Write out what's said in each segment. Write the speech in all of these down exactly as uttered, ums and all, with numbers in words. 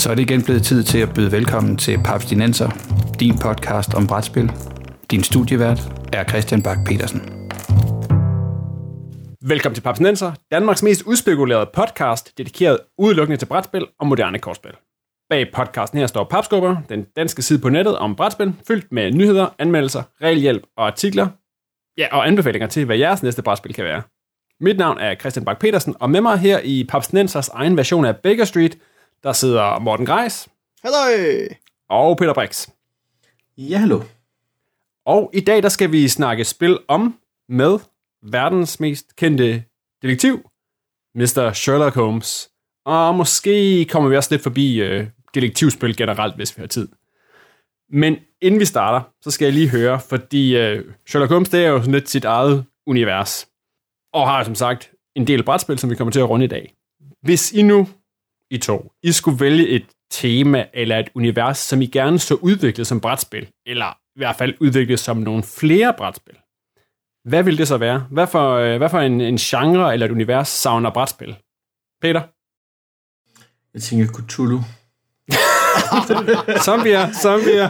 Så er det igen blevet tid til at byde velkommen til Papstinenser, din podcast om brætspil. Din studievært er Christian Bak Petersen. Velkommen til Papstinenser, Danmarks mest udspekulerede podcast, dedikeret udelukkende til brætspil og moderne kortspil. Bag podcasten her står Papskubber, den danske side på nettet om brætspil, fyldt med nyheder, anmeldelser, regelhjælp og artikler, ja, og anbefalinger til, hvad jeres næste brætspil kan være. Mit navn er Christian Bak Petersen, og med mig her i Papstinensers egen version af Baker Street, der sidder Morten Greis. Hallo! Og Peter Brix. Ja, hallo. Og i dag, der skal vi snakke spil om med verdens mest kendte detektiv, mister Sherlock Holmes. Og måske kommer vi også lidt forbi øh, detektivspil generelt, hvis vi har tid. Men inden vi starter, så skal jeg lige høre, fordi øh, Sherlock Holmes, det er jo sådan lidt sit eget univers. Og har som sagt en del brætspil, som vi kommer til at runde i dag. Hvis I nu, I to, I skulle vælge et tema eller et univers, som I gerne så udviklet som brætspil, eller i hvert fald udviklet som nogle flere brætspil, hvad vil det så være? Hvad for, øh, hvad for en, en genre eller et univers savner brætspil? Peter? Jeg tænker Cthulhu. Zombier, zombier.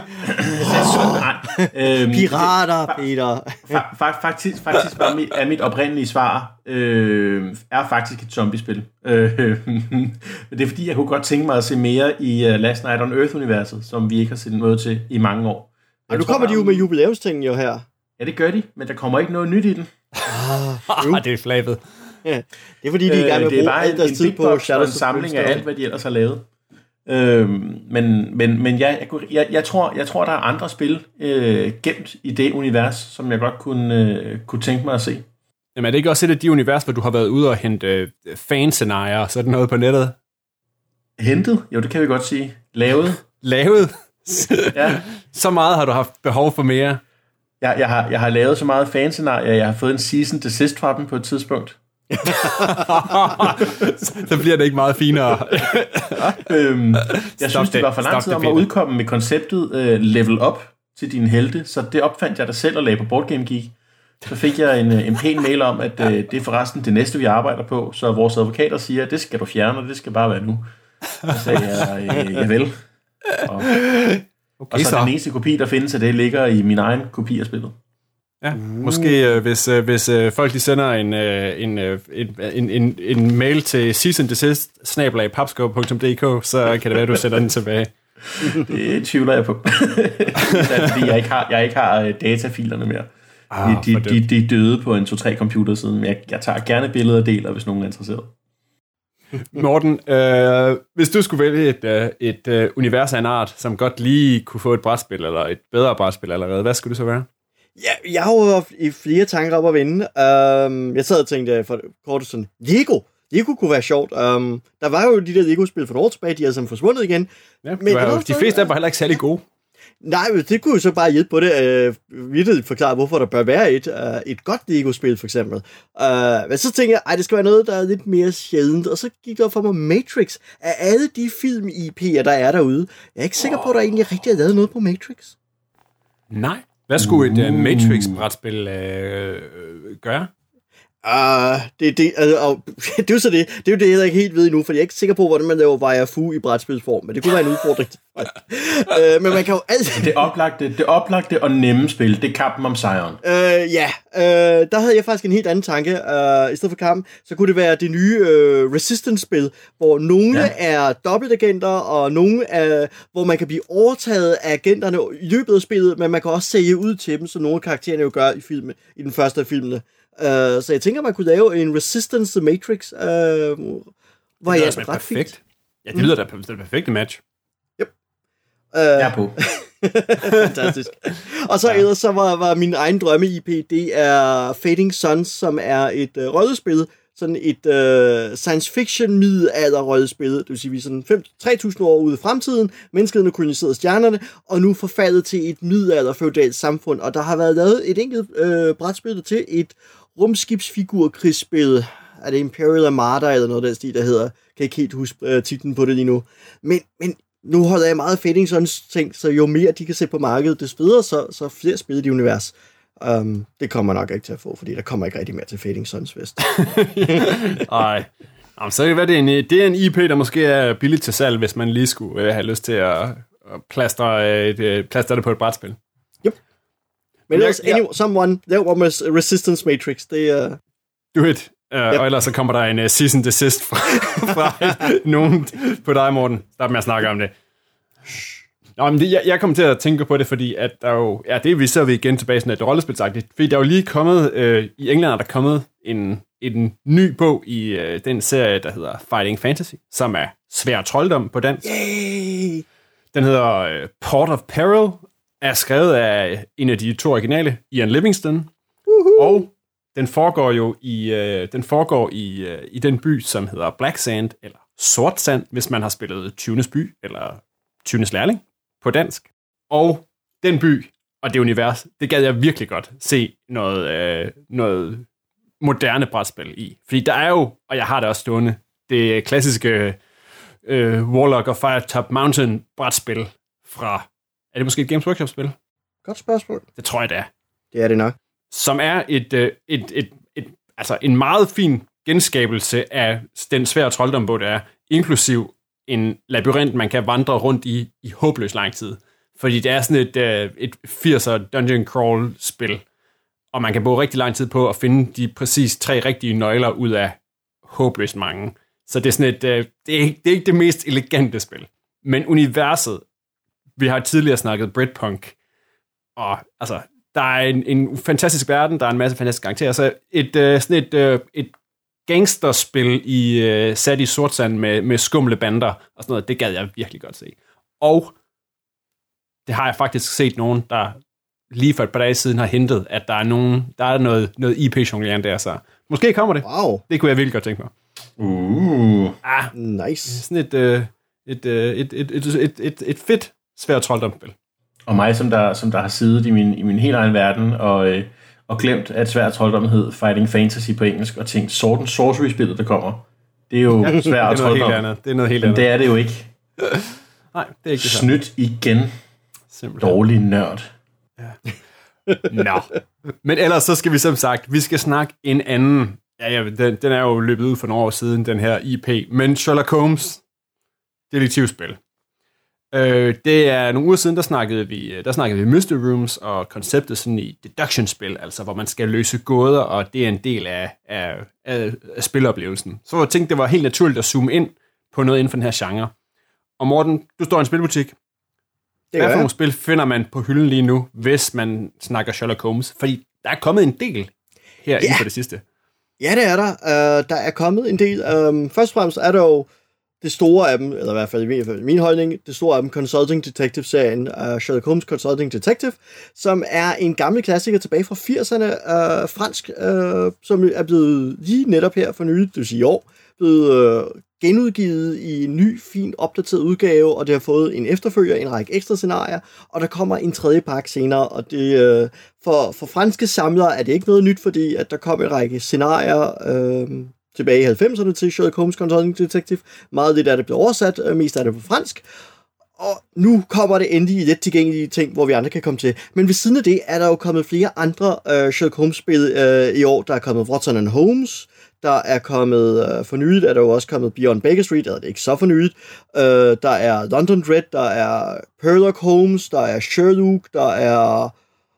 øhm, Pirater, Peter. Fa- fa- faktisk, faktisk var mit, er mit oprindelige svar øh, er faktisk et zombiespil. Øh, det er fordi, jeg kunne godt tænke mig at se mere i uh, Last Night on Earth-universet, som vi ikke har set noget til i mange år. Og nu kommer de jo med jubilæumstingen jo her. Ja, det gør de, men der kommer ikke noget nyt i den. Ah, det er flabet. Ja, det er fordi, de er i gang med at bruge alt deres tid på Shadows of the samling af alt, hvad de ellers har lavet. Øhm, men men, men ja, jeg, jeg, jeg, tror, jeg tror, der er andre spil øh, gemt i det univers, som jeg godt kunne, øh, kunne tænke mig at se. Jamen er det ikke også et af de univers, hvor du har været ude og hente øh, fanscenarier og sådan noget på nettet? Hentet? Jo, det kan vi godt sige. Lavet? Lavet? Ja. Så meget har du haft behov for mere? Jeg, jeg, har, jeg har lavet så meget fanscenarier, jeg har fået en season desist fra dem på et tidspunkt. Så bliver det ikke meget finere. øhm, jeg Stop synes, det var for lang tid om at udkomme med konceptet uh, level up til dine helte, så det opfandt jeg da selv og lagde på Board Game Geek. Så fik jeg en, en pæn mail om, at uh, det er forresten det næste, vi arbejder på, så vores advokater siger, at det skal du fjerne, og det skal bare være nu. Så sagde jeg, uh, jeg vel. Og, okay, og så, så den eneste kopi, der findes af det, ligger i min egen kopi af spillet. Ja, uh. måske øh, hvis, øh, hvis øh, folk de sender en, øh, en, øh, en, en, en mail til cease and desist snabel-a papskubber punktum d k, så kan det være, at du sætter den tilbage. Det tvivler jeg på. Fordi jeg ikke har, jeg ikke har datafilerne mere. Ah, de, de, de døde på en to tre computer siden, men jeg, jeg tager gerne billeder og deler, hvis nogen er interesseret. Morten, øh, hvis du skulle vælge et, øh, et øh, univers af en art, som godt lige kunne få et brætspil, eller et bedre brætspil allerede, hvad skulle det så være? Ja, jeg har jo haft i flere tanker op at vende. Um, jeg sad og tænkte for kort sådan, Lego. Lego kunne være sjovt. Um, der var jo de der Lego-spil for nogle år tilbage, de er altså forsvundet igen. Ja, men jo, de fleste af dem var heller ikke særlig gode. Nej, det kunne jo så bare hjælpe på det. Uh, vi vil forklare, hvorfor der bør være et, uh, et godt Lego-spil, for eksempel. Uh, men så tænkte jeg, ej, det skal være noget, der er lidt mere sjældent. Og så gik det op for mig Matrix. Af alle de film-I P'er, der er derude, jeg er ikke sikker på, at der egentlig rigtig er lavet noget på Matrix. Nej. Hvad skulle et uh, Matrix-brætspil uh, gøre? Uh, det, det, uh, uh, det er jo så det. Det er jo det, jeg ikke helt ved endnu, for jeg er ikke sikker på, hvordan man laver Waifu i brætspilsform, men det kunne være en udfordring. uh, men man kan jo altid... Det oplagte, det oplagte og nemme spil, det er kampen om sejren. Uh, ja, uh, der havde jeg faktisk en helt anden tanke. Uh, I stedet for kampen, så kunne det være det nye uh, Resistance-spil, hvor nogle ja. er dobbeltagenter, og nogle er, hvor man kan blive overtaget af agenterne i løbet af spillet, men man kan også sælge ud til dem, som nogle af karaktererne jo gør i, filmen, i den første af filmene. Uh, så jeg tænker, man kunne lave en Resistance Matrix, uh, hvor jeg er ret fint. Ja, det lyder da mm. det perfekte match. Yep. Uh, jeg er på. Fantastisk. Og så ja. ellers så var, var min egen drømme-I P, det er Fading Suns, som er et uh, rollespil, sådan et uh, science fiction middelalder rollespil, det vil sige, vi er sådan tre tusind år ude i fremtiden, menneskeheden har koloniseret stjernerne, og nu forfaldet til et middelalder feudalt samfund, og der har været lavet et enkelt uh, brætspil til et rumskibsfigur-krigsspil. Er det Imperial Armada eller noget af den stil, der hedder? Kan ikke helt huske uh, titlen på det lige nu. Men, men nu holder jeg meget Fading Suns ting, så jo mere de kan se på markedet, des bedre, så, så flere spil i univers. Um, det kommer nok ikke til at få, fordi der kommer ikke rigtig mere til Fading Suns vest. Ej. Jamen, så kan det være, det er, en, det er en I P, der måske er billigt til salg, hvis man lige skulle øh, have lyst til at, at plastre, et, øh, plastre det på et brætspil. Yep. Men ellers, ja. anyone, someone, there was Resistance Matrix, det er... Uh... Do it. Uh, yep. Og ellers så kommer der en uh, cease and desist fra, fra nogen på dig, Morten. Stop med at snakke om det. Nå, men det, jeg, jeg kommer til at tænke på det, fordi at der jo... Ja, det vi ser vi igen tilbage sådan et rollespilsagtigt. Fordi der er jo lige kommet... Øh, I England er der kommet en, en ny bog i øh, den serie, der hedder Fighting Fantasy, som er svær trolddom på dansk. Yay! Den hedder øh, Port of Peril, er skrevet af en af de to originale, Ian Livingstone. Uh-huh. Og den foregår jo i, øh, den, foregår i, øh, i den by, som hedder Black Sand, eller Sort Sand, hvis man har spillet Tyvenes by, eller Tyvenes lærling på dansk. Og den by, og det univers, det gad jeg virkelig godt se noget, øh, noget moderne brætspil i. Fordi der er jo, og jeg har det også stående, det klassiske øh, Warlock og Firetop Mountain brætspil fra, er det måske et Games Workshop-spil? Godt spørgsmål. Det tror jeg, det er. Det er det nok. Som er et, et, et, et, et, altså en meget fin genskabelse af den svære trolddombog, der er, inklusiv en labyrint, man kan vandre rundt i i håbløs lang tid. Fordi det er sådan et, et firser dungeon crawl-spil, og man kan bruge rigtig lang tid på at finde de præcis tre rigtige nøgler ud af håbløst mange. Så det er sådan et, det er, ikke, det er ikke det mest elegante spil. Men universet, vi har tidligere snakket Britpunk, og altså, der er en, en fantastisk verden, der er en masse fantastiske karakterer, så et, uh, sådan et, uh, et gangsterspil i, uh, sat i sortsand med, med skumle bander og sådan noget, det gad jeg virkelig godt se. Og det har jeg faktisk set nogen, der lige for et par dage siden har hentet, at der er nogen, der er noget, noget I P-jonglering der, så måske kommer det. Wow. Det kunne jeg virkelig godt tænke mig. Uh. Ah, nice. Sådan et, uh, et, uh, et, et, et, et, et, et fedt svært trolddomspil. Og mig, som der, som der har siddet i min, i min helt egen verden, og, øh, og glemt, at svært trolddom hed Fighting Fantasy på engelsk, og tænkt, Sword and Sorcery-spillet, der kommer, det er jo ja, svært trolddom. Det er noget helt andet. andet. Det er det jo ikke. Nej, det er ikke det. Snydt igen. Simpelthen. Dårlig nørd. Ja. Nå. Men ellers så skal vi som sagt, vi skal snakke en anden. Ja, ja den, den er jo løbet ud for nogle år siden, den her I P. Men Sherlock Holmes detektivspil. Øh, det er nogle uger siden, der snakkede vi, der snakkede vi Mystery Rooms og konceptet sådan i deduction-spil, altså hvor man skal løse gåder, og det er en del af, af, af, af spiloplevelsen. Så jeg tænkte, det var helt naturligt at zoome ind på noget inden for den her genre. Og Morten, du står i en spilbutik. Hvad for nogle spil finder man på hylden lige nu, hvis man snakker Sherlock Holmes? Fordi der er kommet en del her ja. inden for det sidste. Ja, det er der. Uh, der er kommet en del. Um, først og fremmest er der jo det store af dem, eller i hvert fald i min holdning, det store af dem, Consulting Detective-serien, uh, Sherlock Holmes Consulting Detective, som er en gammel klassiker tilbage fra firserne, uh, fransk, uh, som er blevet lige netop her for nylig, det vil sige i år, blevet uh, genudgivet i en ny, fin, opdateret udgave, og det har fået en efterfølger, en række ekstra scenarier, og der kommer en tredje pakke senere, og det, uh, for, for franske samlere er det ikke noget nyt, fordi at der kom en række scenarier, uh, tilbage i halvfemserne til Sherlock Holmes Consulting Detective. Meget af det der, det blev oversat, mest af det på fransk. Og nu kommer det endelig i let tilgængelige ting, hvor vi andre kan komme til. Men ved siden af det er der jo kommet flere andre uh, Sherlock Holmes-spil uh, i år. Der er kommet Watson and Holmes. Der er kommet, uh, for nyligt er der jo også kommet Beyond Baker Street, eller det er ikke så for nyligt. Uh, der er London Dread, der er Sherlock Holmes, der er Sherlock, der er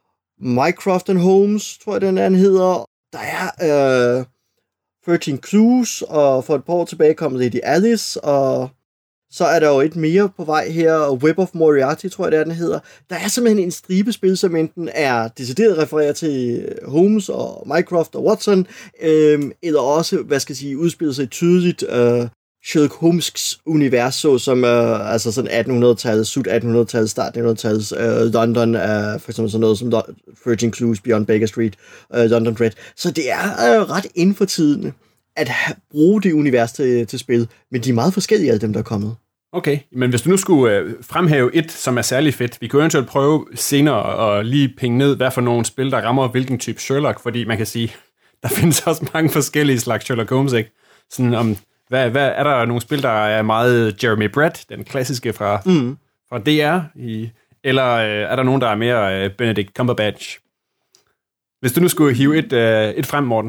Mycroft and Holmes, tror jeg den anden hedder. Der er... Uh, thirteen Clues, og for et par år tilbage kom Lady Alice, og så er der jo et mere på vej her, Web of Moriarty, tror jeg det er, den hedder. Der er simpelthen en stribe spil, som enten er decideret refereret til Holmes og Mycroft og Watson, øhm, eller også, hvad skal jeg sige, udspiller sig tydeligt øh, Sherlock Holmes' univers, så som øh, altså sådan attenhundredetallet, slut attenhundredetallet, start attenhundredetallet, øh, London, øh, for eksempel sådan noget som thirteen Clues, Beyond Baker Street, øh, London Dread. Så det er øh, ret inden for tiden at bruge det univers til, til spil, men de er meget forskellige af dem, der er kommet. Okay, men hvis du nu skulle øh, fremhæve et, som er særlig fedt, vi kunne eventuelt prøve senere at lige pinge ned, hvad for nogle spil, der rammer hvilken type Sherlock, fordi man kan sige, der findes også mange forskellige slags Sherlock Holmes, ikke? Sådan om, hvad, hvad, er der nogle spil, der er meget Jeremy Brett, den klassiske fra, mm. fra D R, i, eller øh, er der nogen, der er mere øh, Benedict Cumberbatch? Hvis du nu skulle hive et, øh, et frem, Morten.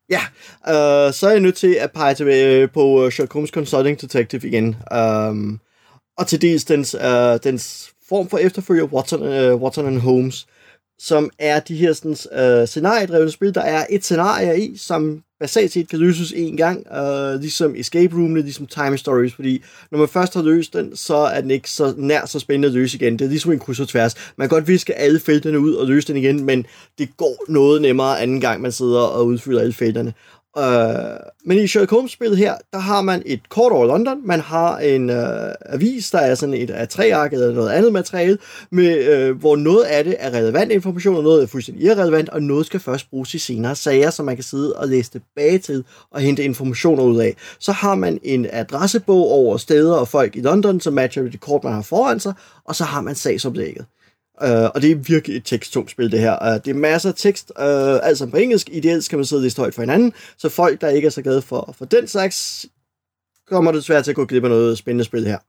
Ja, øh, så er jeg nødt til at pege tilbage på Sherlock Holmes Consulting Detective igen. Um, og til dels dens, uh, dens form for efterfølger, Watson, uh, Watson and Holmes, som er de her sådan, uh, scenariedrevne spil. Der er et scenarie i, som basalt set kan løses en gang, uh, ligesom escape roomene, ligesom time stories, fordi når man først har løst den, så er den ikke så nær så spændende at løse igen. Det er ligesom en kryds og tværs. Man kan godt viske alle felterne ud og løse den igen, men det går noget nemmere anden gang, man sidder og udfylder alle felterne. Uh, men i Sherlock Holmes-spillet her, der har man et kort over London, man har en uh, avis, der er sådan et A tre ark eller noget andet materiale, med, uh, hvor noget af det er relevant information, og noget er fuldstændig irrelevant, og noget skal først bruges i senere sager, så man kan sidde og læse tilbage til og hente informationer ud af. Så har man en adressebog over steder og folk i London, som matcher det kort, man har foran sig, og så har man sagsoplægget. Uh, og det er virkelig et teksttungt spil, det her. Uh, det er masser af tekst, uh, altså på engelsk. Ideelt skal man sidde og læse højt for hinanden, så folk, der ikke er så glade for, for den slags, kommer det svært til at gå glip af noget spændende spil her.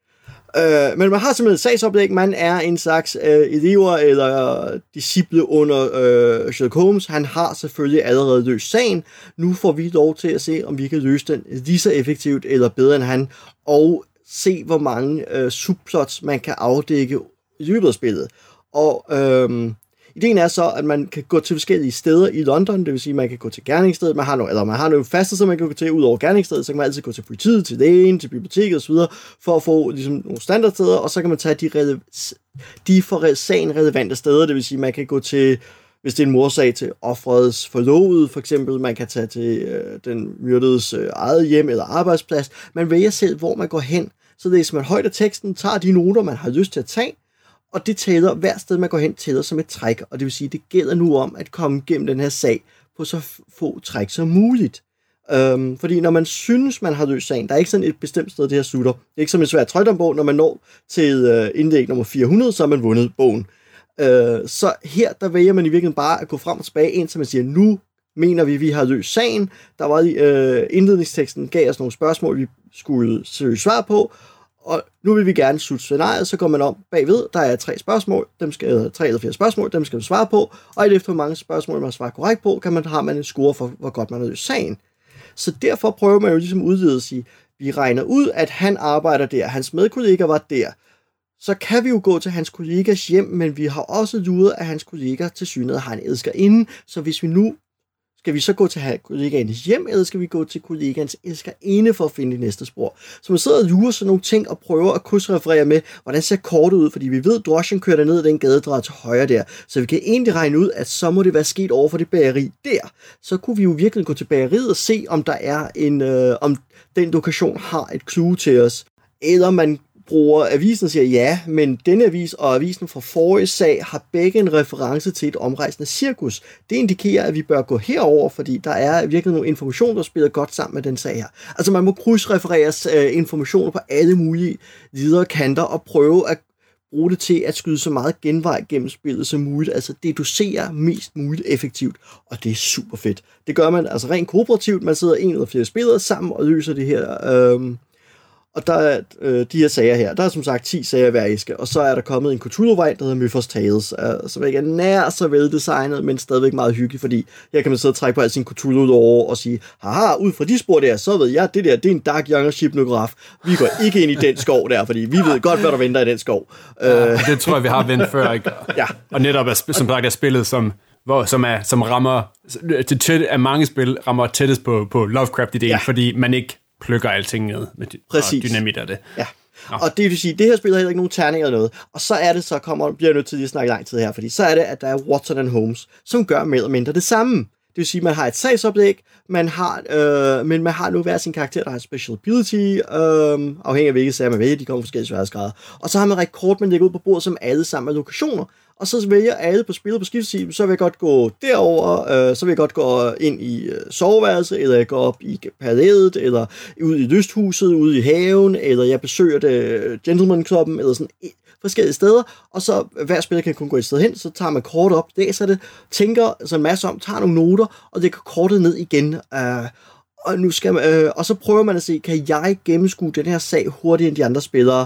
Uh, men man har simpelthen et sagsoplæg. Man er en slags uh, elever eller uh, disciple under uh, Sherlock Holmes. Han har selvfølgelig allerede løst sagen. Nu får vi lov til at se, om vi kan løse den lige så effektivt eller bedre end han, og se, hvor mange uh, subplots man kan afdække i løbet af spillet. Og øhm, ideen er så, at man kan gå til forskellige steder i London, det vil sige, at man kan gå til gerningsstedet, man har nogle, eller man har nogle faste, som man kan gå til ud over gerningsstedet, så kan man altid gå til politiet, til lægen, til biblioteket osv., for at få ligesom, nogle standardsteder, og så kan man tage de, rele- de for sagen relevante steder, det vil sige, at man kan gå til, hvis det er en morsag, til offerets forlovede, for eksempel, man kan tage til øh, den myrdedes øh, eget hjem eller arbejdsplads. Man vælger selv, hvor man går hen, så læser man højt af teksten, tager de noter, man har lyst til at tage, og det tæller, hver sted man går hen, tæller som et træk, og det vil sige, det gælder nu om at komme gennem den her sag på så få træk som muligt. Øhm, fordi når man synes, man har løst sagen, der er ikke sådan et bestemt sted, det her slutter. Det er ikke som en svær trøjdombog, når man når til øh, indlæg nummer fire hundrede, så har man vundet bogen. Øh, så her, der vælger man i virkeligheden bare at gå frem og tilbage, indtil man siger, nu mener vi, vi har løst sagen. Der var øh, indledningsteksten, gav os nogle spørgsmål, vi skulle søge svar på, og nu vil vi gerne slutte scenariet, så går man om bagved, der er tre spørgsmål, dem skal, eller tre eller fire spørgsmål, dem skal man svare på, og efter hvor mange spørgsmål man svarer korrekt på, kan man, har man en score for, hvor godt man har løst sagen. Så derfor prøver man jo ligesom at udvide og sige, vi regner ud, at han arbejder der, hans medkollega var der, så kan vi jo gå til hans kollegas hjem, men vi har også luret, at hans kollega til synet har en elskerinde, så hvis vi nu skal vi så gå til kollegaens hjem, eller skal vi gå til kollegaens elskerinde for at finde det næste spor? Så man sidder og lurer sådan nogle ting og prøver at krydsreferere med, hvordan ser kortet ud, fordi vi ved, at drosjen kører der ned ad den gade, drejer til højre der. Så vi kan egentlig regne ud, at så må det være sket over for det bageri der. Så kunne vi jo virkelig gå til bageriet og se, om der er en, øh, om den lokation har et clue til os. Eller man bruger avisen og siger, ja, men denne avis og avisen fra forrige sag har begge en reference til et omrejsende cirkus. Det indikerer, at vi bør gå herover, fordi der er virkelig nogle informationer, der spiller godt sammen med den sag her. Altså man må krydsreferere uh, informationer på alle mulige videre kanter og prøve at bruge det til at skyde så meget genvej gennem spillet som muligt, altså deducere mest muligt effektivt, og det er super fedt. Det gør man altså rent kooperativt, man sidder en eller flere spillere sammen og løser det her. Øh, Og der er øh, de her sager her. Der er som sagt ti sager hver æske, og så er der kommet en Cthulhu-vej, der hedder Mythos Tales, øh, som ikke er nær så veldesignet, men stadigvæk meget hyggelig, fordi her kan man sidde og trække på al sin Cthulhu over og sige, haha, ud fra de spor der, så ved jeg, det der, det er en Dark Younger-hypnograf. Vi går ikke ind i den skov der, fordi vi ved godt, hvad der venter i den skov. Ja, det tror jeg, vi har vendt før, ikke? Ja. Og netop er, som sagt er spillet, som, hvor, som, er, som rammer, til tæt, af mange spil, rammer tættest på, på Lovecraft-ideen, ja. Fordi man ikke plukker alting ned med dy- dynamit af det. Ja. Nå. Og det vil sige, det her spil har heller ikke nogen terninger eller noget. Og så er det så, kommer, bliver jeg nødt til lige at snakke lang tid her, fordi så er det, at der er Watson and Holmes, som gør mere eller mindre det samme. Det vil sige, at man har et sagsoplæg, man har, øh, men man har nu hver sin karakter, der har en special ability, øh, afhængig af hvilke sager man vælger, de kommer forskellige sværhedsgrader. Og så har man rekord, man lægger ud på bordet, som alle sammen er lokationer. Og så vælger alle på spillet på skiftesiden, så vil jeg godt gå derover, øh, så vil jeg godt gå ind i øh, soveværelset, eller jeg går op i palæet, eller ud i lysthuset, ude i haven, eller jeg besøger det gentleman-klubben, eller sådan forskellige steder, og så hver spiller kan kun gå et sted hen, så tager man kortet op, læser det, tænker så en masse om, tager nogle noter, og lægger kortet ned igen. Øh, og, nu skal man, øh, og så prøver man at se, kan jeg gennemskue den her sag hurtigere end de andre spillere?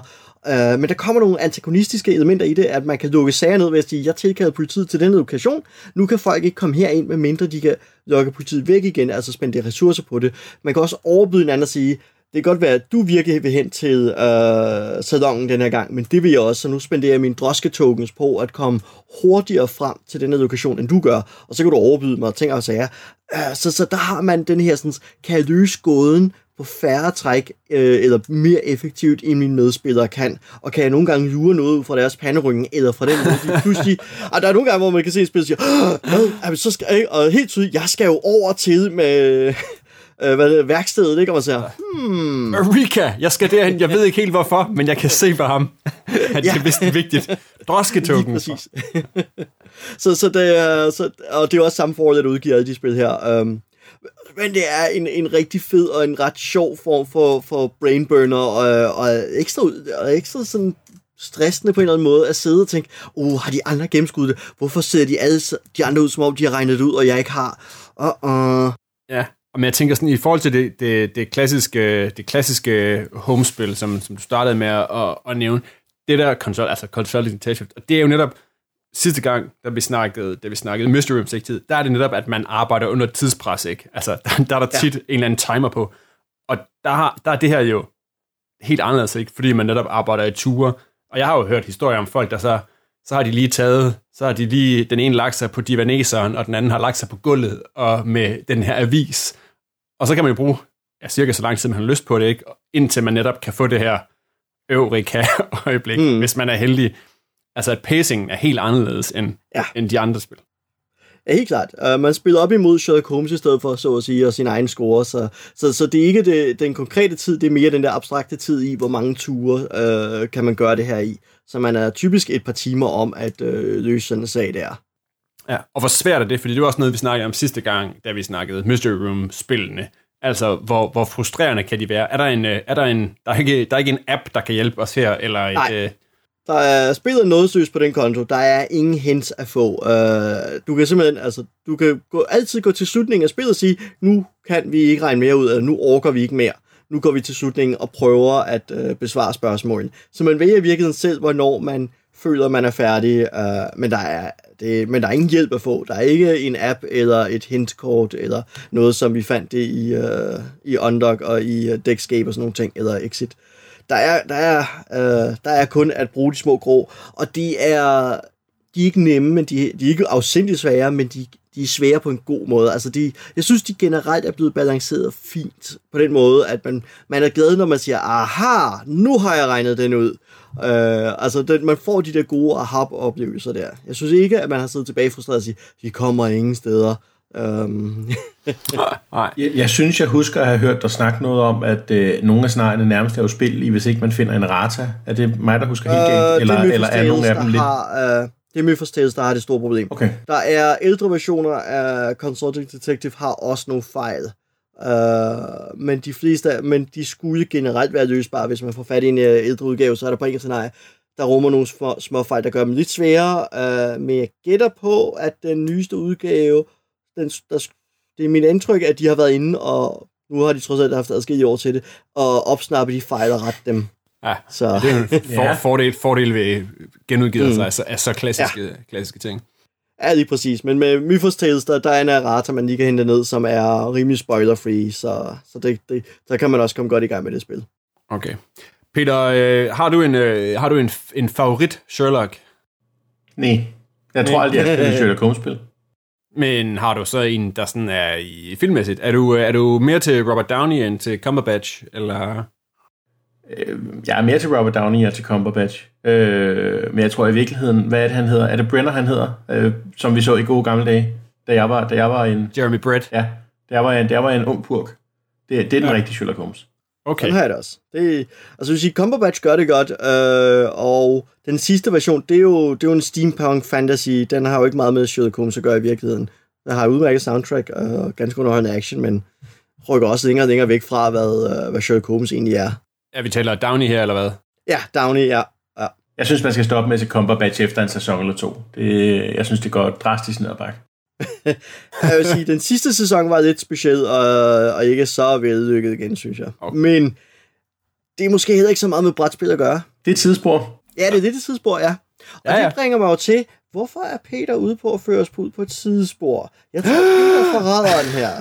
Uh, men der kommer nogle antagonistiske elementer i det, at man kan lukke sager ned ved at sige, jeg tilkalder politiet til denne lokation, nu kan folk ikke komme herind, medmindre de kan lukke politiet væk igen, altså spendere ressourcer på det. Man kan også overbyde en anden og sige, det kan godt være, at du virkelig vil hen til uh, salongen den her gang, men det vil jeg også, så nu spenderer jeg mine drosketokens på at komme hurtigere frem til denne lokation, end du gør, og så kan du overbyde mig og ting og sager. Uh, så, så der har man den her, sådan, kan jeg løse gåden på færre træk, øh, eller mere effektivt, end mine medspillere kan, og kan jeg nogle gange lure noget ud fra deres panderyngen, eller fra den måde, de pludselig, og der er nogle gange, hvor man kan se et spil, og siger, så skal jeg, og helt tydeligt, jeg skal jo over til med, øh, hvad det, værkstedet, ikke, og man siger, hmm. Eureka, jeg skal derhen, jeg ved ikke helt hvorfor, men jeg kan se på ham, at det er vist vigtigt. Drosketoken. Præcis. så, så det er, så, og det er også samme forhold, at du udgiver alle de spil her, um, men det er en, en rigtig fed og en ret sjov form for, for brainburner, og, og ekstra, og ekstra sådan stressende på en eller anden måde, at sidde og tænke, oh, har de andre gennemskuddet det? Hvorfor ser de alle de andre ud, som om de har regnet det ud, og jeg ikke har? Uh-uh. Ja, men jeg tænker sådan, i forhold til det, det, det klassiske, det klassiske homespil, som, som du startede med at, at, at nævne, det der console, altså Consolidated, og det er jo netop sidste gang, da vi snakkede, da vi snakkede Mystery Room sigtid, der er det netop, at man arbejder under tidspres, ikke? Altså, der, der er der tit ja. en eller anden timer på. Og der, har, der er det her jo helt anderledes, ikke? Fordi man netop arbejder i ture. Og jeg har jo hørt historier om folk, der så, så har de lige taget, så har de lige, den ene lagt sig på divaneseren, og den anden har lagt sig på gulvet, og med den her avis. Og så kan man jo bruge ja, cirka så lang tid, man har lyst på det, ikke? Indtil man netop kan få det her eureka-øjeblik, mm. hvis man er heldig. Altså, at pacingen er helt anderledes end, ja. end de andre spil. Ja, helt klart. Uh, man spiller op imod Sherlock Holmes i stedet for, så at sige, og sin egen score. Så, så, så det er ikke det, den konkrete tid, det er mere den der abstrakte tid i, hvor mange ture uh, kan man gøre det her i. Så man er typisk et par timer om at uh, løse sådan en sag der. Ja, og hvor svært er det? Fordi det var også noget, vi snakkede om sidste gang, da vi snakkede Mystery Room-spillene. Altså, hvor, hvor frustrerende kan de være? Er der en, er der en, der er ikke, der er ikke en app, der kan hjælpe os her? Eller et, Nej. Øh, Der er spillet nådesløst på den konto. Der er ingen hints at få. Uh, du kan simpelthen, altså, du kan gå, altid gå til slutningen af spillet og sige, nu kan vi ikke regne mere ud, eller nu orker vi ikke mere. Nu går vi til slutningen og prøver at uh, besvare spørgsmålene. Så man vælger i virkeligheden selv, hvornår man føler, man er færdig, uh, men, der er, det, men der er ingen hjælp at få. Der er ikke en app eller et hintkort eller noget, som vi fandt det i, uh, i Undock og i uh, Deckscape og sådan nogle ting, eller Exit. Der er, der, er, øh, der er kun at bruge de små grå, og de er, de er ikke nemme, men de, de er ikke afsindigt svære, men de, de er svære på en god måde. Altså de, jeg synes, de generelt er blevet balanceret fint på den måde, at man, man er glad, når man siger, aha, nu har jeg regnet den ud. Øh, altså den, man får de der gode aha-oplevelser der. Jeg synes ikke, at man har siddet tilbage frustreret og sige, vi kommer ingen steder. Um. jeg, jeg synes, jeg husker at have hørt dig snakke noget om, at øh, nogle af scenarierne nærmest er jo spil i, hvis ikke man finder en rata. Er det mig, der husker helt galt? Uh, eller, eller er nogle af dem lidt... Har, uh, det er Mythos Tales, der har det store problem. Okay. Der er ældre versioner af Consulting Detective har også nogle fejl. Uh, men de fleste, men de skulle generelt være løsbare, hvis man får fat i en uh, ældre udgave, så er der på enkelt scenarie, der rummer nogle små, små fejl, der gør dem lidt sværere. Uh, men jeg gætter på, at den nyeste udgave, den, der, det er mit indtryk, at de har været inde, og nu har de trods alt haft adskillige år til det, og opsnappe de fejl og rette dem. Ja, så. Det er en for, fordel, fordel ved genudgivelser mm. af, af så klassiske, ja. klassiske ting. Ja, lige præcis. Men med Mythos Tales, der, der er en errata, man lige kan hente ned, som er rimelig spoiler-free, så, så det, det, der kan man også komme godt i gang med det spil. Okay. Peter, øh, har du en, øh, har du en, en favorit Sherlock? Nej, jeg tror aldrig, jeg har spillet Sherlock Holmes-spil. Men har du så en, der sådan er i filmmæssigt? Er du, er du mere til Robert Downey end til Cumberbatch, eller... Jeg er mere til Robert Downey end til Cumberbatch. Øh, men jeg tror i virkeligheden, hvad er det, han hedder? Er det Brenner, han hedder? Øh, som vi så i gode gamle dage, da jeg var, da jeg var en... Jeremy Brett. Ja, da jeg var en, da jeg var en ung purk. Det, det er den ja. rigtige Sherlock Holmes. Okay. Den har jeg det også. Det, altså, hvis I Cumberbatch gør det godt, øh, og den sidste version, det er, jo, det er jo en steampunk fantasy. Den har jo ikke meget med Sherlock Holmes at gøre i virkeligheden. Den har udmærket soundtrack og ganske underholdende action, men rykker også længere og længere væk fra, hvad, hvad Sherlock Holmes egentlig er. Ja, vi taler Downey her, eller hvad? Ja, Downey, ja. ja. Jeg synes, man skal stoppe med at se Cumberbatch efter en sæson eller to. Det, jeg synes, det går drastisk ned ad bakke. Jeg vil sige, den sidste sæson var lidt speciel, og, og ikke så vellykket igen, synes jeg. Okay. Men det er måske heller ikke så meget med brætspil at gøre. Det er et sidespor. Ja, det er det, det sidespor, ja. Og ja, ja. det bringer mig jo til, hvorfor er Peter ude på at føre os ud på et sidespor? Jeg tror, Peter forræder den her.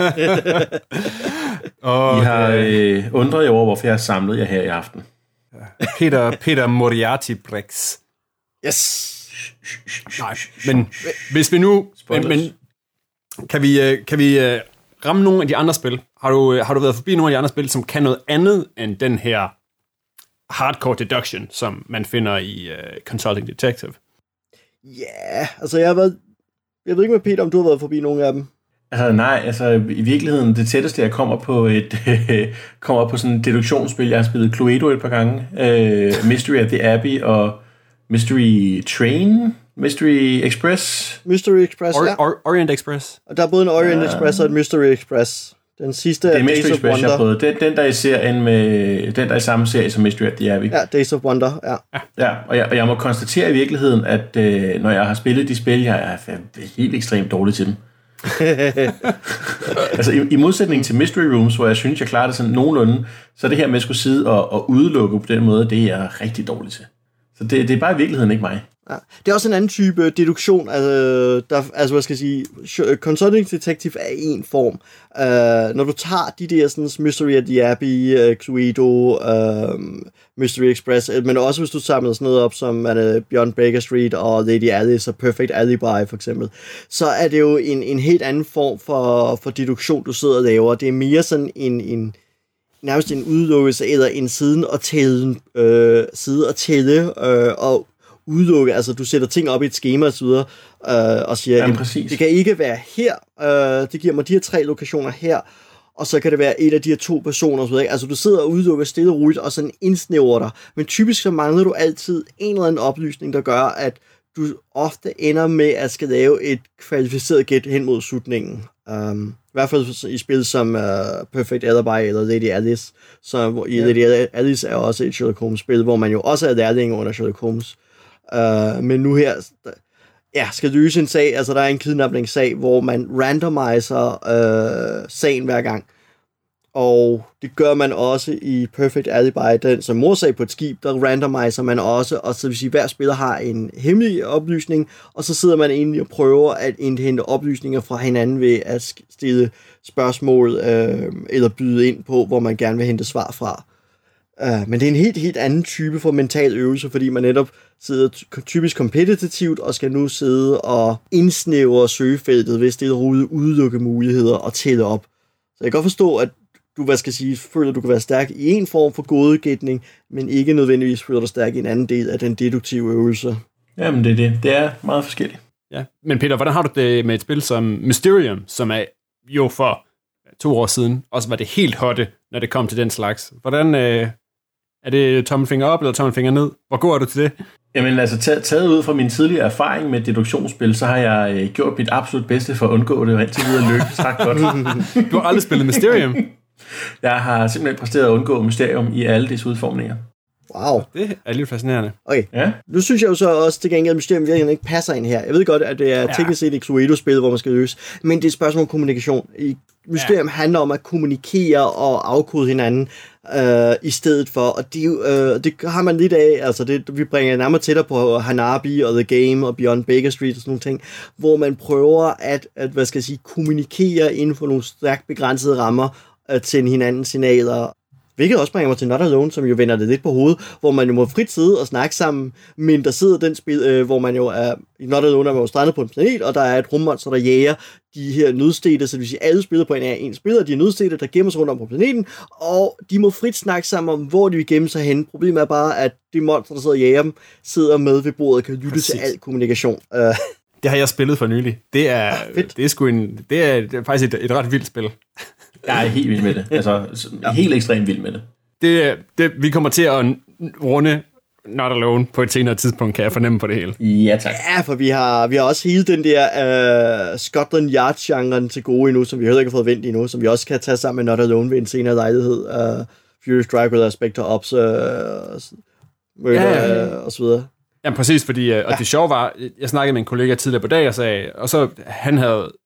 Og I har øh, undret jer over, hvorfor jeg har samlet jer her i aften. Peter, Peter Moriarty-Brix. Yes. Nej, men hvis vi nu... Men, men, kan vi, kan vi uh, ramme nogle af de andre spil? Har du, har du været forbi nogle af de andre spil, som kan noget andet end den her hardcore deduction, som man finder i uh, Consulting Detective? Ja, yeah, altså jeg har været... Jeg ved ikke med Peter, om du har været forbi nogle af dem. Altså nej, altså i virkeligheden, det tætteste jeg kommer på et kommer på sådan et deduktionsspil, jeg har spillet Cluedo et par gange, uh, Mystery at the Abbey og Mystery Train, Mystery Express. Mystery Express, Or, ja. Or, Orient Express. Og der er både en Orient uh, Express og et Mystery Express. Den sidste det er, er Mystery Days of Express, jeg har Wonder. prøvet. Den, den der er i serien med, den der er i samme serie som Mystery at the Abbey. Ja, Days of Wonder, ja. Ja, og jeg, og jeg må konstatere i virkeligheden, at øh, når jeg har spillet de spil, jeg er, er helt ekstremt dårlig til dem. Altså i, i modsætning til Mystery Rooms, hvor jeg synes, jeg klarer det sådan nogenlunde, så det her med at skulle sidde og, og udelukke på den måde, det er jeg rigtig dårlig til. Så det, det er bare i virkeligheden ikke mig. Ja. Det er også en anden type deduktion, altså, der, altså hvad skal jeg sige, Consulting Detective er en form. Uh, når du tager de der sådan, Mystery at the Abbey, uh, Cluedo, uh, Mystery Express, men også hvis du samler sådan noget op som uh, Beyond Baker Street og Lady Alice og Perfect Alibi for eksempel, så er det jo en, en helt anden form for, for deduktion, du sidder og laver. Det er mere sådan en, en nærmest en udelukkelse eller en siden og tælle, øh, side og tælle øh, og udelukke, altså du sætter ting op i et schema og så videre, øh, og siger, Jamen, jamen, det kan ikke være her, øh, det giver mig de her tre lokationer her, og så kan det være et af de her to personer, og så videre. Altså du sidder og udelukker stille og roligt, og sådan indsnæver dig, men typisk så mangler du altid en eller anden oplysning, der gør, at du ofte ender med at skal lave et kvalificeret gæt hen mod slutningen. Um, I hvert fald i spil som uh, Perfect Alibi eller Lady Alice. Så i ja. Lady Alice er også et Sherlock Holmes-spil, hvor man jo også er lærling under Sherlock Holmes. Uh, men nu her der, ja, skal løse en sag, altså der er en kidnapningssag, hvor man randomiser uh, sagen hver gang. Og det gør man også i Perfect Alibi, den som morsag på et skib, der randomiser man også, og så vil sige, hver spiller har en hemmelig oplysning, og så sidder man egentlig og prøver at indhente oplysninger fra hinanden ved at stille spørgsmål øh, eller byde ind på, hvor man gerne vil hente svar fra. Uh, men det er en helt, helt anden type for mental øvelse, fordi man netop sidder typisk kompetitivt og skal nu sidde og indsnævre søgefeltet ved stille roligt udelukke muligheder og tælle op. Så jeg kan godt forstå, at du, hvad skal jeg sige, føler, at du kan være stærk i en form for gådegætning, men ikke nødvendigvis føler dig stærk i en anden del af den deduktive øvelse. Jamen, det er det. Det er meget forskelligt. Ja, men Peter, hvordan har du det med et spil som Mysterium, som er jo for to år siden også var det helt hotte, når det kom til den slags? Hvordan øh, er det tommelfinger op eller tommelfinger ned? Hvor god er du til det? Jamen altså, taget, taget ud fra min tidligere erfaring med deduktionsspil, så har jeg øh, gjort mit absolut bedste for at undgå det, og indtil videre lykkes ret godt. Du har aldrig spillet Mysterium? Jeg har simpelthen præsteret at undgå Mysterium i alle dets udformninger. Wow. Det er lidt fascinerende. Okay. Ja. Nu synes jeg jo så også til gengæld, at Mysterium virkelig ikke passer ind her. Jeg ved godt, at det er teknisk set et Cluedo-spil, hvor man skal løse, men det er et spørgsmål om kommunikation. I Mysterium ja. handler om at kommunikere og afkode hinanden øh, i stedet for, og det, øh, det har man lidt af, altså det, vi bringer nærmere tættere på Hanabi og The Game og Beyond Baker Street og sådan nogle ting, hvor man prøver at, at hvad skal jeg sige, kommunikere inden for nogle stærkt begrænsede rammer, at sende hinanden signaler. Hvilket også bringer mig til Not Alone, som jo vender det lidt på hovedet, hvor man jo må frit sidde og snakke sammen, men der sidder den spil, øh, hvor man jo er, i Not Alone er man jo strandet på en planet, og der er et rummonster, der jager de her nødstede, så det vil sige, alle spiller på en af en spiller, de er nødstede, der gemmer sig rundt om på planeten, og de må frit snakke sammen om, hvor de vil gemme sig hen. Problemet er bare, at de monster, der sidder og jager dem, sidder med ved bordet og kan lytte Præcis. til al kommunikation. Uh. Det har jeg spillet for nylig. Det er, ah, det er, sgu en, det er, det er faktisk et, et ret vildt spil. Jeg er helt vild med det. Altså, ja. helt ekstremt vild med det. Det, det. Vi kommer til at runde Not Alone på et senere tidspunkt, kan jeg fornemme på det hele. Ja, tak. Ja, for vi har, vi har også hele den der uh, Scotland Yard-genren til gode endnu, som vi heller ikke har fået vendt endnu, som vi også kan tage sammen med Not Alone ved en senere lejlighed. Uh, Furious Drive, Spectre Ops, uh, Murder, ja, ja, ja. Uh, og så videre. Ja, præcis, fordi, og ja. det sjove var, jeg snakkede med en kollega tidligere på dag, og sagde, og så han havde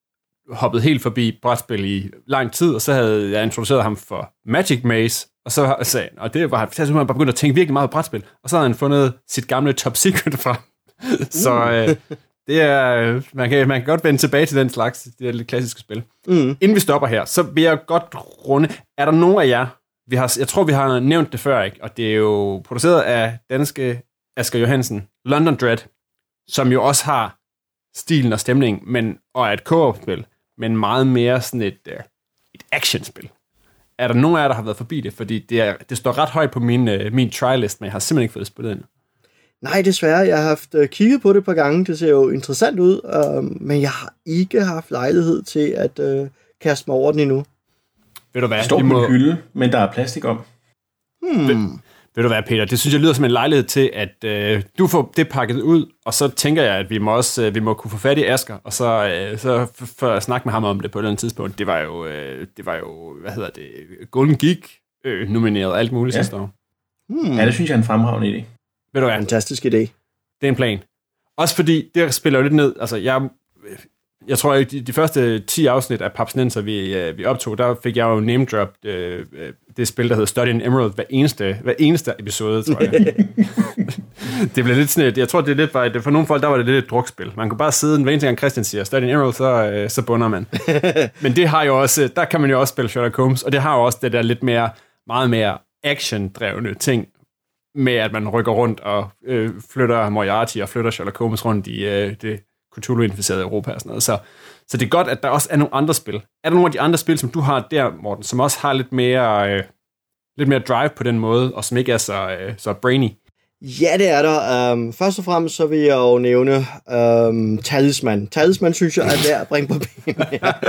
hoppet helt forbi brætspil i lang tid, og så havde jeg introduceret ham for Magic Maze, og så sagde og det var han, så han bare begyndt at tænke virkelig meget på brætspil, og så havde han fundet sit gamle Top Secret fra. så øh, det er, man kan, man kan godt vende tilbage til den slags, det er lidt klassiske spil. Mm. Inden vi stopper her, så vil jeg godt runde, er der nogen af jer, vi har, jeg tror vi har nævnt det før, ikke? Og det er jo produceret af danske Asger Johansen, London Dread, som jo også har stilen og stemning, men, og er et co-op-spil, men meget mere sådan et, uh, et actionspil. Er der nogen af jer, der har været forbi det? Fordi det, er, det står ret højt på min, uh, min try-list, men jeg har simpelthen ikke fået det spillet ind. Nej, desværre. Jeg har haft uh, kigget på det et par gange. Det ser jo interessant ud, uh, men jeg har ikke haft lejlighed til at uh, kaste mig over den endnu. Ved du hvad? Det står på må... en hylde, men der er plastik om. Hmm. Ved, ved du hvad, Peter? Det synes jeg lyder som en lejlighed til, at øh, du får det pakket ud, og så tænker jeg, at vi må også øh, vi må kunne få fat i Asger, og så, øh, så for at snakke med ham om det på et eller andet tidspunkt. Det var jo, øh, det var jo hvad hedder det, Golden Geek øh, nomineret, alt muligt ja. sidste år. Hmm. Ja, det synes jeg er en fremragende idé. Ved du hvad? Fantastisk idé. Det er en plan. Også fordi, det spiller jo lidt ned, altså jeg... Jeg tror, at de, de første ti afsnit af Papsnenser, vi, uh, vi optog, der fik jeg jo name-dropped uh, det spil, der hedder Study in Emerald, hver eneste, hver eneste episode, tror jeg. Det blev lidt sådan, jeg tror, det er lidt, for, for nogle folk, der var det lidt et drukspil. Man kunne bare sidde, hver eneste gang Christian siger Study in Emerald, så, uh, så bunder man. Men det har jo også, der kan man jo også spille Sherlock Holmes, og det har jo også det der lidt mere, meget mere action-drevne ting, med at man rykker rundt og øh, flytter Moriarty og flytter Sherlock Holmes rundt i øh, det Cthulhu-inficerede Europa og sådan noget. Så, så det er godt, at der også er nogle andre spil. Er der nogle af de andre spil, som du har der, Morten, som også har lidt mere, øh, lidt mere drive på den måde, og som ikke er så, øh, så brainy? Ja, det er der. Um, først og fremmest så vil jeg jo nævne um, Talisman. Talisman synes jeg er værd at bringe på benene.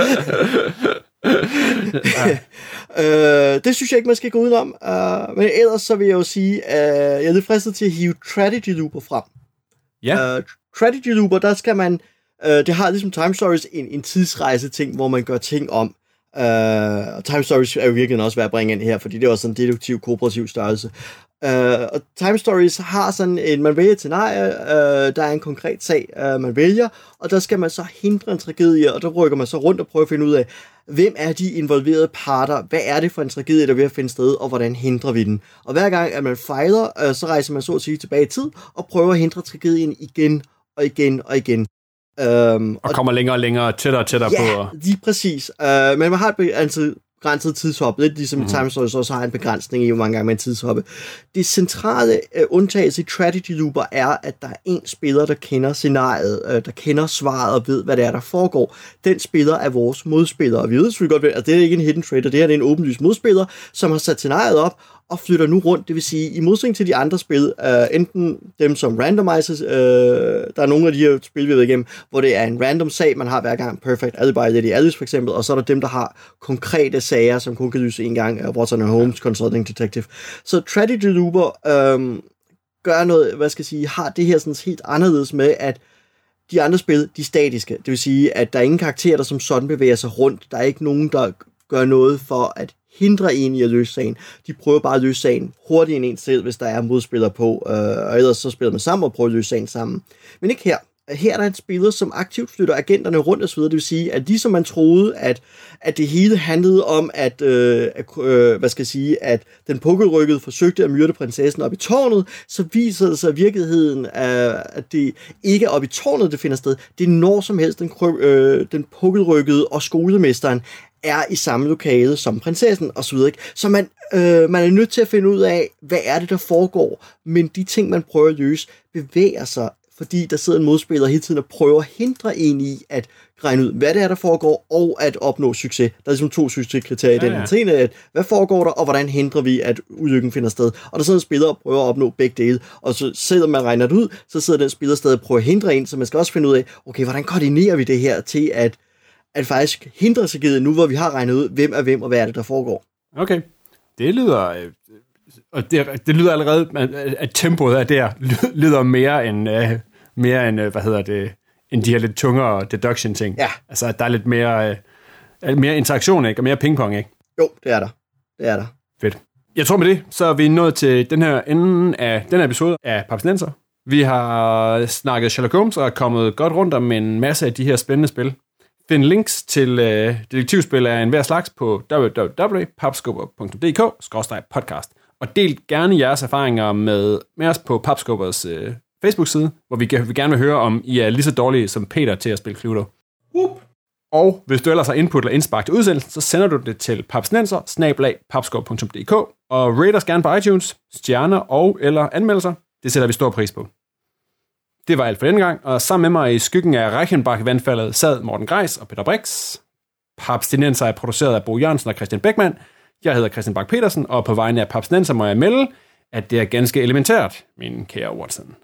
Ja. uh, det synes jeg ikke, man skal gå udenom. Uh, men ellers så vil jeg jo sige, at uh, jeg er lidt fristet til at hive Strategy Looper frem. Ja. Uh, Strategy Looper, der skal man, uh, det har ligesom Time Stories en, en tidsrejse-ting, hvor man gør ting om. Uh, og Time Stories er jo virkelig også værd at bringe ind her, fordi det er også en deduktiv, kooperativ størrelse. Uh, og Time Stories har sådan en, man vælger et scenarie, uh, der er en konkret sag, uh, man vælger, og der skal man så hindre en tragedie, og der rykker man så rundt og prøver at finde ud af, hvem er de involverede parter, hvad er det for en tragedie, der er ved at finde sted, og hvordan hindrer vi den. Og hver gang, at man fejler, uh, så rejser man så at sige tilbage i tid, og prøver at hindre tragedien igen og igen og igen. Um, og, og kommer længere og længere, tættere og tættere ja, på. Ja, lige præcis. Uh, men man har et begrænset, begrænset tidshop, lidt ligesom mm-hmm. Time Stories også har en begrænsning i, hvor mange gange man tidshoppe. Det centrale uh, undtagelse i Strategy Looper er, at der er en spiller, der kender scenariet, uh, der kender svaret og ved, hvad det er, der foregår. Den spiller er vores modspiller, og vi ved selvfølgelig godt, at det er ikke en hidden traitor, det her det er en åbenlys modspiller, som har sat scenariet op, og flytter nu rundt, det vil sige, i modsætning til de andre spil, uh, enten dem som randomizes, uh, der er nogle af de her spil, vi ved igennem, hvor det er en random sag, man har hver gang, Perfect Alibi, Lady Alice for eksempel, og så er der dem, der har konkrete sager, som kun kan lyse en gang, uh, Watson and Holmes, Consulting Detective. Så Strategy Looper um, gør noget, hvad skal jeg sige, har det her sådan helt anderledes med, at de andre spil, de er statiske, det vil sige, at der er ingen karakterer, der som sådan bevæger sig rundt, der er ikke nogen, der gør noget for at hindre en i at løse sagen. De prøver bare at løse sagen hurtigere end en selv, hvis der er modspillere på, øh, og ellers så spiller man sammen og prøver at løse sagen sammen. Men ikke her. Her er der en spiller, som aktivt flytter agenterne rundt og så videre. Det vil sige, at ligesom man troede, at, at det hele handlede om, at, øh, øh, hvad skal jeg sige, at den pukkelrykkede forsøgte at myrde prinsessen op i tårnet, så viser det sig i virkeligheden, at det ikke er op i tårnet, det finder sted. Det er når som helst den, øh, den pukkelrykkede og skolemesteren er i samme lokale som prinsessen og så videre. Så man, øh, man er nødt til at finde ud af, hvad er det, der foregår, men de ting, man prøver at løse, bevæger sig, fordi der sidder en modspiller hele tiden og prøver at hindre en i at regne ud, hvad det er, der foregår, og at opnå succes. Der er ligesom to succeskriterier i ja, ja. den. En at hvad foregår der, og hvordan hindrer vi, at ulykken finder sted. Og der sidder en spiller og prøver at opnå begge dele. Og så selvom man regner det ud, så sidder den spiller stadig og prøver at hindre en, så man skal også finde ud af, okay, hvordan koordinerer vi det her til at at faktisk hindre sig nu, hvor vi har regnet ud, hvem er hvem, og hvad er det, der foregår. Okay. Det lyder... Og det, det lyder allerede, at tempoet af der lyder mere end, uh, mere end, hvad hedder det, end de her lidt tungere deduction-ting. Ja. Altså, at der er lidt mere, uh, mere interaktion, ikke? Og mere pingpong, ikke? Jo, det er der. Det er der. Fedt. Jeg tror med det, så er vi nået til den her enden af den her episode af Papsnenser. Vi har snakket Sherlock Holmes og er kommet godt rundt om en masse af de her spændende spil. Find links til øh, detektivspil af enhver slags på w w w punktum papskubber punktum d k skråstreg podcast. Og del gerne jeres erfaringer med, med os på Papskubbers øh, Facebook-side, hvor vi, vi gerne vil høre, om I er lige så dårlige som Peter til at spille Cluedo. Whoop. Og hvis du ellers har input eller indspark til udsendelsen, så sender du det til papsnenser snabel-a papskubber punktum d k og rate os gerne på iTunes, stjerner og eller anmeldelser. Det sætter vi stor pris på. Det var alt for denne gang, og sammen med mig i skyggen af Reichenbach-vandfaldet sad Morten Greis og Peter Brix. Papstinenser er produceret af Bo Jørgensen og Christian Beckmann. Jeg hedder Christian Bak Petersen, og på vegne af Papstinenser må jeg melde, at det er ganske elementært, min kære Watson.